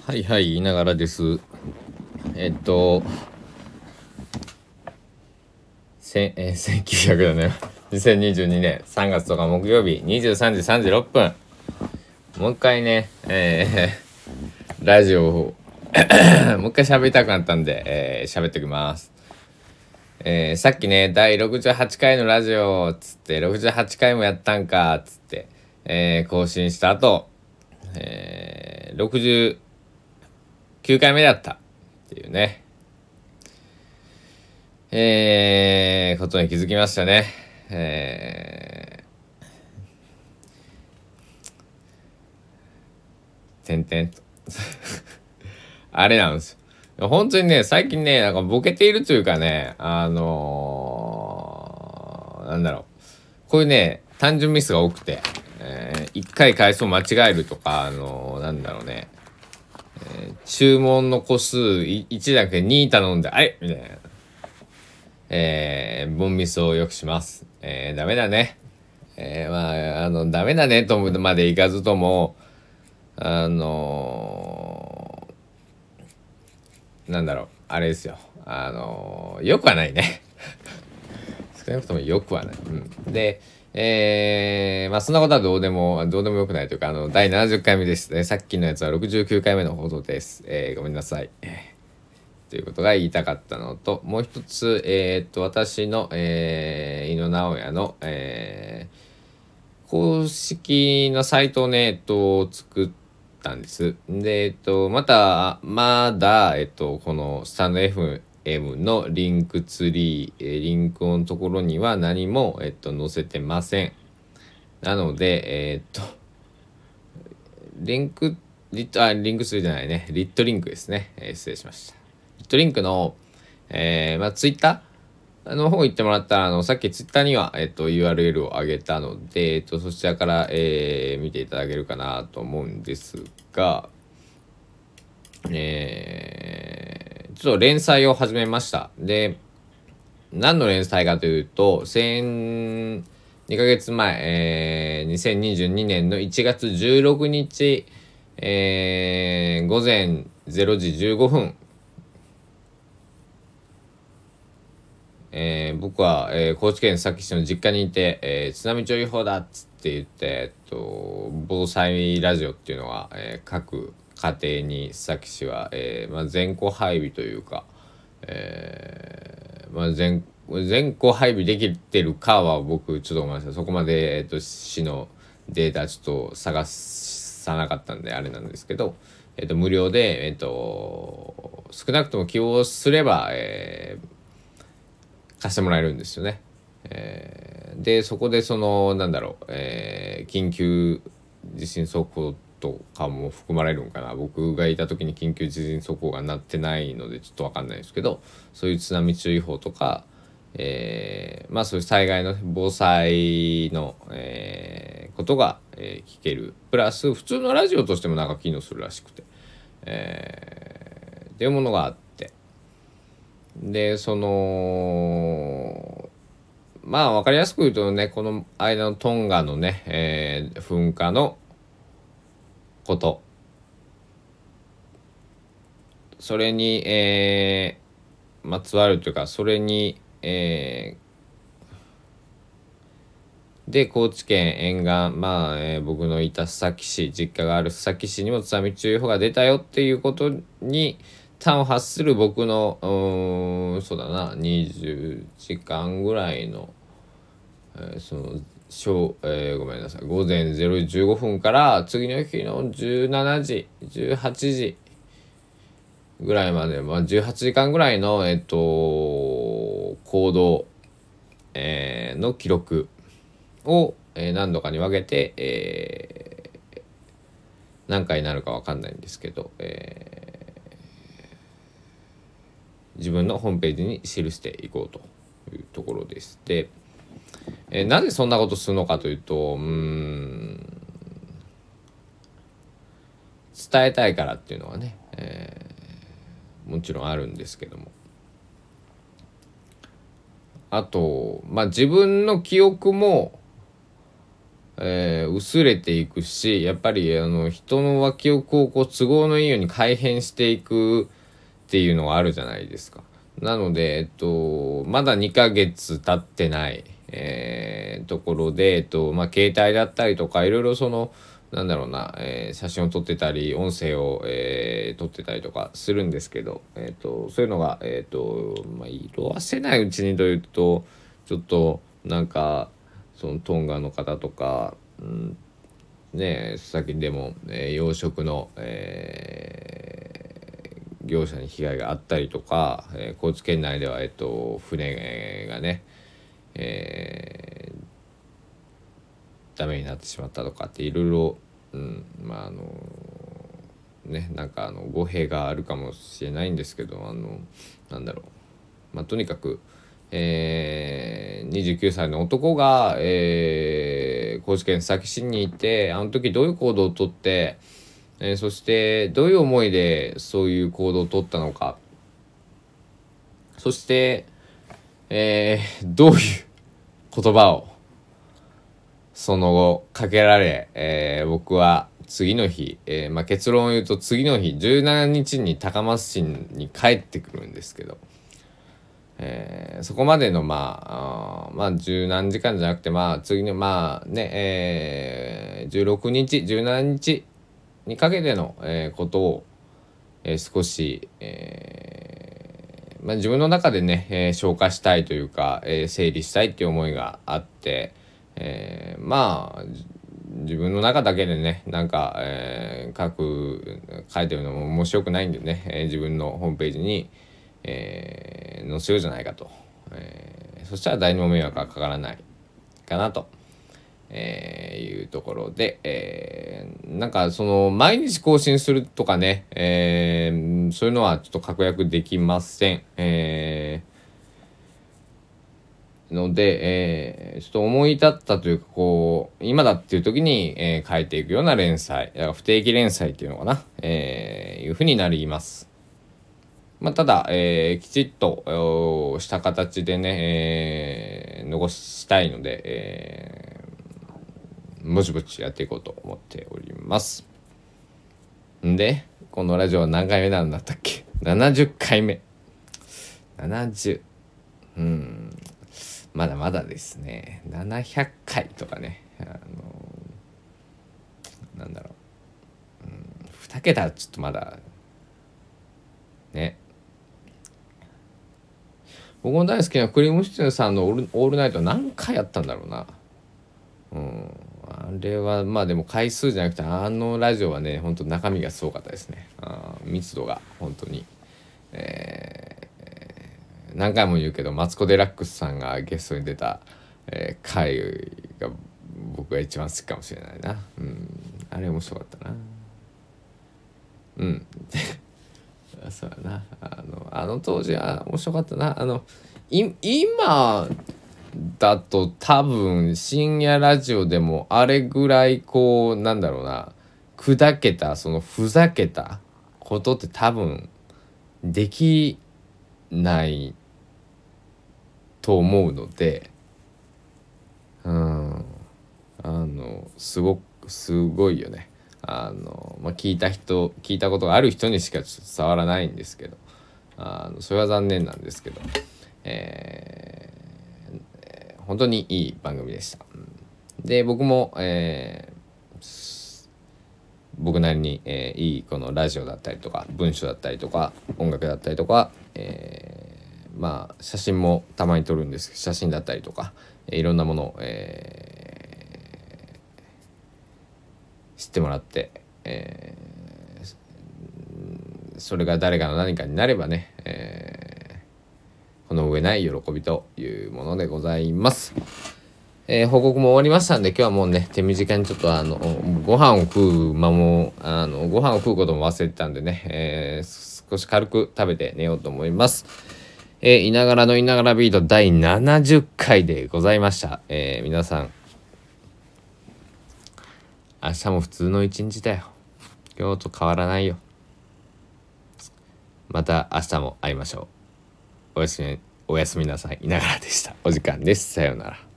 はいはい言いながらです。えっと、1900だね。2022年3月とか木曜日23時36分。もう一回ね、ラジオをもう一回喋りたくなったんで、喋ってきます。さっきね、第68回のラジオつって68回もやったんかつって、更新した後、69回目だったっていうね。ことに気づきましたね。点々と。あれなんですよ。本当にね、最近ね、なんかボケているというかね、なんだろう。こういうね、単純ミスが多くて、一回回数間違えるとか、なんだろうね、注文の個数1じゃなくて2頼んで、あれみたいな。ボンミスをよくします。ダメだね。ダメだねとまでいかずとも、なんだろう、あれですよ。よくはないね。少なくともよくはない。うん。で、まあそんなことはどうでもよくないというか、第70回目ですね。さっきのやつは69回目の放送です。ごめんなさい。ということが言いたかったのと、もう一つ、私の、井野直哉の、公式のサイトをね、作ったんです。で、まだ、このスタンド FM のリンクツリー、リンクのところには何も、載せてません。なので、リンク、リンクツリーじゃないね、リットリンクですね。失礼しました。リットリンクの、ツイッターの方行ってもらったら、さっきツイッターには、URL を上げたので、そちらから、見ていただけるかなと思うんですが、ちょっと連載を始めました。で、何の連載かというと、2ヶ月前、2022年の1月16日、午前0時15分、僕は、高知県佐木市の実家にいて、津波注意報だっつって言って、防災ラジオっていうのは、各家庭に佐木市は、全校配備というか、全校配備できてるかは僕ちょっと思いました。そこまで、市のデータちょっと探さなかったんであれなんですけど、無料で、少なくとも希望すれば、貸してもらえるんですよね。でそこで緊急地震速報とかも含まれるんかな。僕がいた時に緊急地震速報が鳴ってないのでちょっと分かんないですけど、そういう津波注意報とか、そういう災害の防災の、ことが、聞ける。プラス普通のラジオとしてもなんか機能するらしくて、っていうものがあって、で分かりやすく言うとね、この間のトンガのね、噴火のこと、それに、まつわるというか、それに、で高知県沿岸、僕のいた須崎市、実家がある須崎市にも津波注意報が出たよっていうことに端を発する僕のそうだな、20時間ぐらいの、ごめんなさい、午前0時15分から次の日の17時18時ぐらいまで、18時間ぐらいの行動、の記録を、何度かに分けて、何回になるか分かんないんですけど、自分のホームページに記していこうというところです。で、なぜそんなことするのかというと、伝えたいからっていうのはね、もちろんあるんですけども、あと、自分の記憶も薄れていくし、やっぱり人の記憶を都合のいいように改変していくっていうのがあるじゃないですか。なので、まだ2ヶ月経ってない、ところで、携帯だったりとかいろいろなんだろうな、写真を撮ってたり音声を、撮ってたりとかするんですけど、そういうのが、色あせないうちにというとちょっとなんかそのトンガの方とか、ね、先でも、養殖の、業者に被害があったりとか、高知県内では、船がね、ダメになってしまったとかっていろいろ、なんか語弊があるかもしれないんですけど、なんだろう、とにかく、29歳の男が、高知県須崎市にいて、あの時どういう行動をとって、そしてどういう思いでそういう行動をとったのか、そして、どういう言葉をその後かけられ、僕は次の日、結論を言うと次の日17日に高松市に帰ってくるんですけど、そこまでの十何時間じゃなくて、次の16日17日にかけての、ことを、少し、自分の中でね、消化したいというか、整理したいっていう思いがあって、自分の中だけでねなんか、書いてるのも面白くないんでね、自分のホームページに、載せようじゃないかと、そしたら誰にも迷惑がかからないかなと、いうところで、なんか毎日更新するとかね、そういうのはちょっと確約できません。ので、ちょっと思い立ったというか今だっていう時に、書いていくような連載、だから不定期連載っていうのかな、いうふうになります。ただ、きちっとした形でね、残したいので、ぼちぼちやっていこうと思っております。んで、このラジオは何回目なんだったっけ？ 70 回目。70。まだまだですね。700回とかね。なんだろう。2桁はちょっとまだ、ね。僕も大好きなクリームシチューさんのオールナイト何回やったんだろうな。あれはでも回数じゃなくてあのラジオはね本当中身がすごかったですね。密度が本当に、何回も言うけどマツコ・デラックスさんがゲストに出た、回が僕が一番好きかもしれないな。あれ面白かったな。そうやな。あの当時は面白かったな。今だと多分深夜ラジオでもあれぐらいなんだろうな、砕けたふざけたことって多分できないと思うので、すごいよね。聞いたことがある人にしかちょっと伝わらないんですけど、それは残念なんですけど、本当にいい番組でした。で僕も、僕なりに、いいこのラジオだったりとか文章だったりとか音楽だったりとか、写真もたまに撮るんですけど、写真だったりとか、いろんなものを、知ってもらって、それが誰かの何かになればね、この上ない喜びというものでございます。報告も終わりましたんで今日はもうね手短にちょっとご飯を食う間もご飯を食うことも忘れてたんでね、少し軽く食べて寝ようと思います。いながらのいながらビート第70回でございました。皆さん明日も普通の一日だよ。今日と変わらないよ。また明日も会いましょう。おやすみなさい。いながらでした。お時間です。さようなら。